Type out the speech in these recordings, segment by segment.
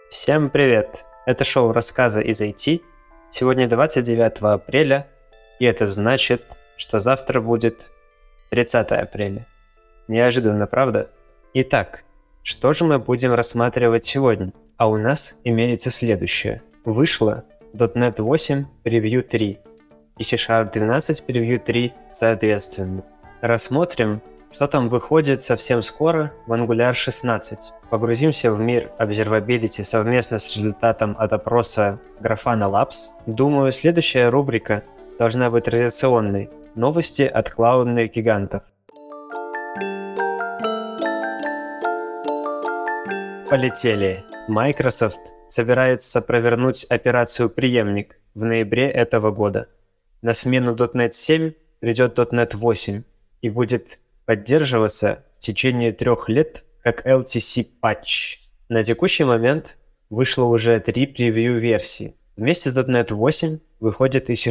Всем привет! Это шоу «Рассказы из IT». Сегодня 29 апреля, и это значит, что завтра будет 30 апреля. Неожиданно, правда? Итак, что же мы будем рассматривать сегодня? А у нас имеется следующее. Вышло .NET 8 Preview 3 и C# 12 Preview 3 соответственно. Рассмотрим, что там выходит совсем скоро в Angular 16. Погрузимся в мир Observability совместно с результатом от опроса Grafana Labs. Думаю, следующая рубрика должна быть традиционной. Новости от клаудных гигантов. Полетели. Microsoft собирается провернуть операцию «Преемник» в ноябре этого года. На смену .NET 7 придет .NET 8 и будет поддерживаться в течение 3 лет как LTC патч. На текущий момент вышло уже 3 превью-версии. Вместе с .NET 8 выходит и C#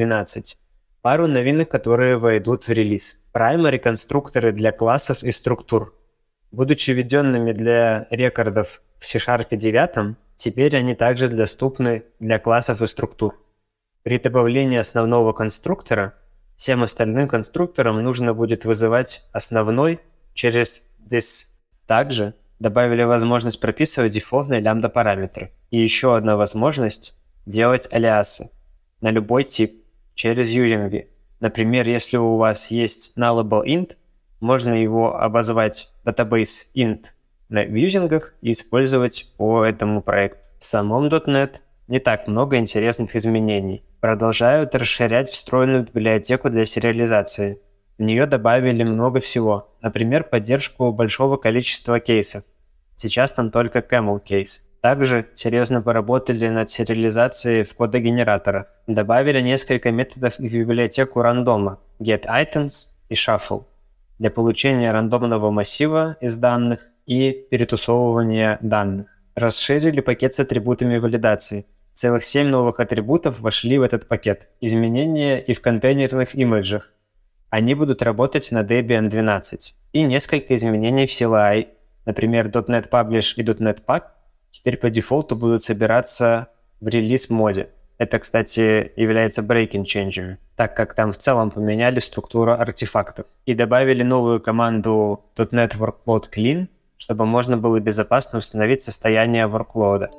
12. Пару новинок, которые войдут в релиз. Primary конструкторы для классов и структур. Будучи введенными для рекордов в C# 9, теперь они также доступны для классов и структур. При добавлении основного конструктора всем остальным конструкторам нужно будет вызывать основной через this. Также добавили возможность прописывать дефолтные лямбда-параметры. И еще одна возможность делать алиасы на любой тип через юзинги. Например, если у вас есть nullable int, можно его обозвать database int в юзингах и использовать по этому проекту. В самом .NET не так много интересных изменений. Продолжают расширять встроенную библиотеку для сериализации. В нее добавили много всего, например, поддержку большого количества кейсов. Сейчас там только camel case. Также серьезно поработали над сериализацией в кодогенераторах. Добавили несколько методов в библиотеку рандома getItems и shuffle для получения рандомного массива из данных и перетусовывания данных. Расширили пакет с атрибутами валидации. Целых 7 новых атрибутов вошли в этот пакет. Изменения и в контейнерных имиджах. Они будут работать на Debian 12. И несколько изменений в CLI, например, .NET Publish и .NET Pack, теперь по дефолту будут собираться в релиз-моде. Это, кстати, является breaking changer, так как там в целом поменяли структуру артефактов. И добавили новую команду .NET Workload Clean, чтобы можно было безопасно установить состояние workload.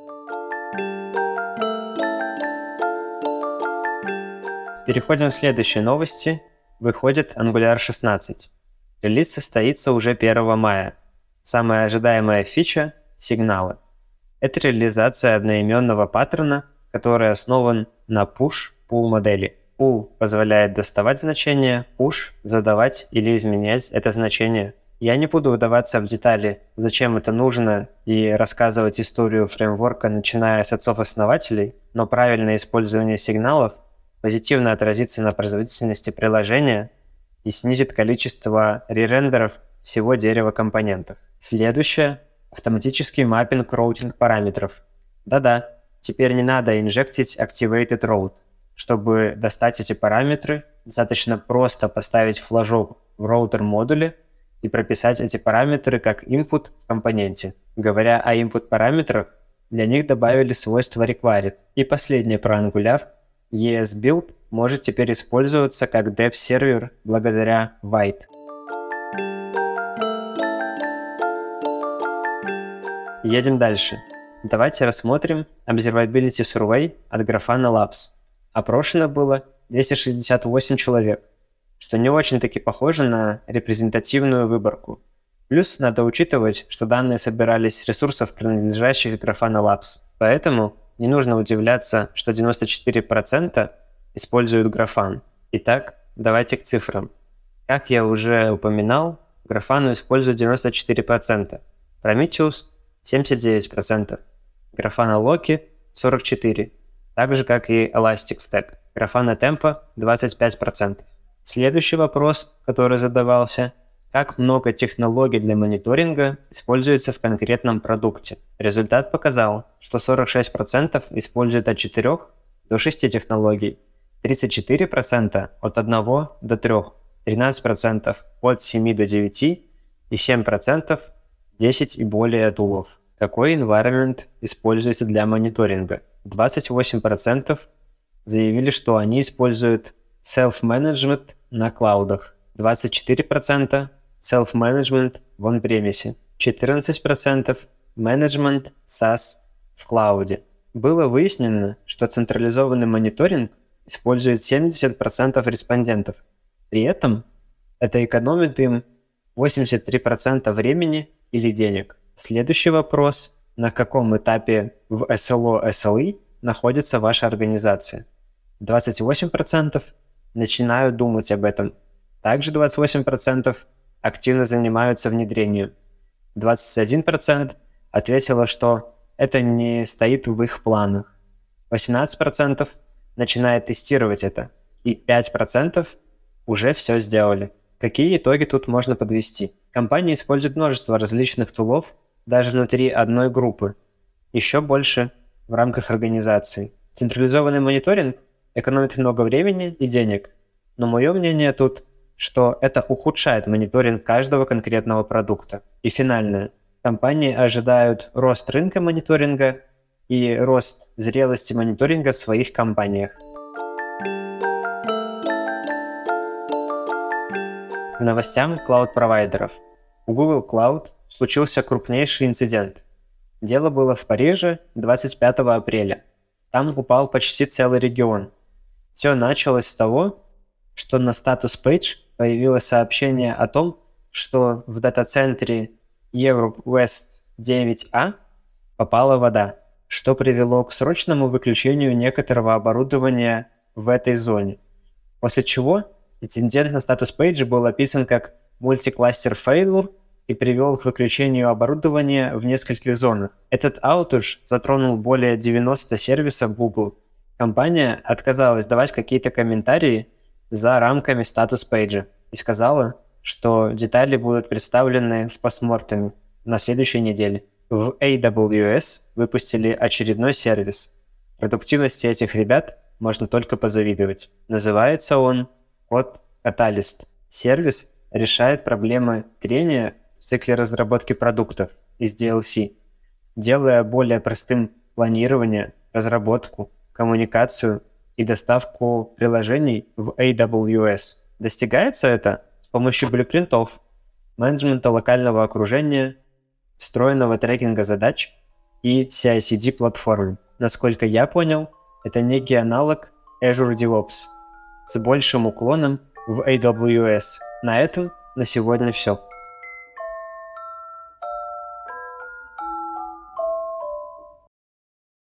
Переходим к следующей новости. Выходит Angular 16. Релиз состоится уже 1 мая. Самая ожидаемая фича – сигналы. Это реализация одноименного паттерна, который основан на push-pull модели. Pull позволяет доставать значение, push – задавать или изменять это значение. Я не буду вдаваться в детали, зачем это нужно, и рассказывать историю фреймворка, начиная с отцов-основателей, но правильное использование сигналов позитивно отразится на производительности приложения и снизит количество ререндеров всего дерева компонентов. Следующее – автоматический маппинг роутинг параметров. Да-да, теперь не надо инжектить activated route. Чтобы достать эти параметры, достаточно просто поставить флажок в роутер-модуле и прописать эти параметры как input в компоненте. Говоря о input параметрах, для них добавили свойство required. И последнее про Angular – ES-Build может теперь использоваться как dev-сервер благодаря White. Едем дальше. Давайте рассмотрим Observability Survey от Grafana Labs. Опрошено было 268 человек, что не очень-таки похоже на репрезентативную выборку. Плюс надо учитывать, что данные собирались с ресурсов, принадлежащих Grafana Labs. Поэтому не нужно удивляться, что 94% используют Grafana. Итак, давайте к цифрам. Как я уже упоминал, Grafana используют 94%, Prometheus – 79%, Grafana Loki – 44%, так же как и Elasticstack, Grafana Tempo – 25%. Следующий вопрос, который задавался – как много технологий для мониторинга используется в конкретном продукте. Результат показал, что 46% используют от 4 до 6 технологий, 34% от 1 до 3, 13% от 7 до 9 и 7% 10 и более тулов. Какой environment используется для мониторинга? 28% заявили, что они используют self-management на клаудах, 24% self-management в on-premise, 14% management SaaS в клауде. Было выяснено, что централизованный мониторинг использует 70% респондентов. При этом это экономит им 83% времени или денег. Следующий вопрос: на каком этапе в SLO/SLE находится ваша организация? 28% начинают думать об этом. Также 28% активно занимаются внедрением. 21% ответило, что это не стоит в их планах. 18% начинает тестировать это. И 5% уже все сделали. Какие итоги тут можно подвести? Компания использует множество различных тулов даже внутри одной группы. Еще больше в рамках организации. Централизованный мониторинг экономит много времени и денег. Но мое мнение тут, что это ухудшает мониторинг каждого конкретного продукта. И финальное. Компании ожидают рост рынка мониторинга и рост зрелости мониторинга в своих компаниях. К новостям клауд-провайдеров. У Google Cloud случился крупнейший инцидент. Дело было в Париже 25 апреля. Там упал почти целый регион. Все началось с того, что на статус-пейдж появилось сообщение о том, что в дата-центре Europe West 9A попала вода, что привело к срочному выключению некоторого оборудования в этой зоне. После чего инцидент на статус-пейдже был описан как multi-cluster failure и привел к выключению оборудования в нескольких зонах. Этот outage затронул более 90 сервисов Google. Компания отказалась давать какие-то комментарии за рамками статус-пейджа и сказала, что детали будут представлены в постмортеме на следующей неделе. В AWS выпустили очередной сервис. Продуктивности этих ребят можно только позавидовать. Называется он Code Catalyst. Сервис решает проблемы трения в цикле разработки продуктов из DLC, делая более простым планирование, разработку, коммуникацию и доставку приложений в AWS. Достигается это с помощью блюпринтов, менеджмента локального окружения, встроенного трекинга задач и CI/CD платформы. Насколько я понял, это некий аналог Azure DevOps с большим уклоном в AWS. На этом на сегодня все.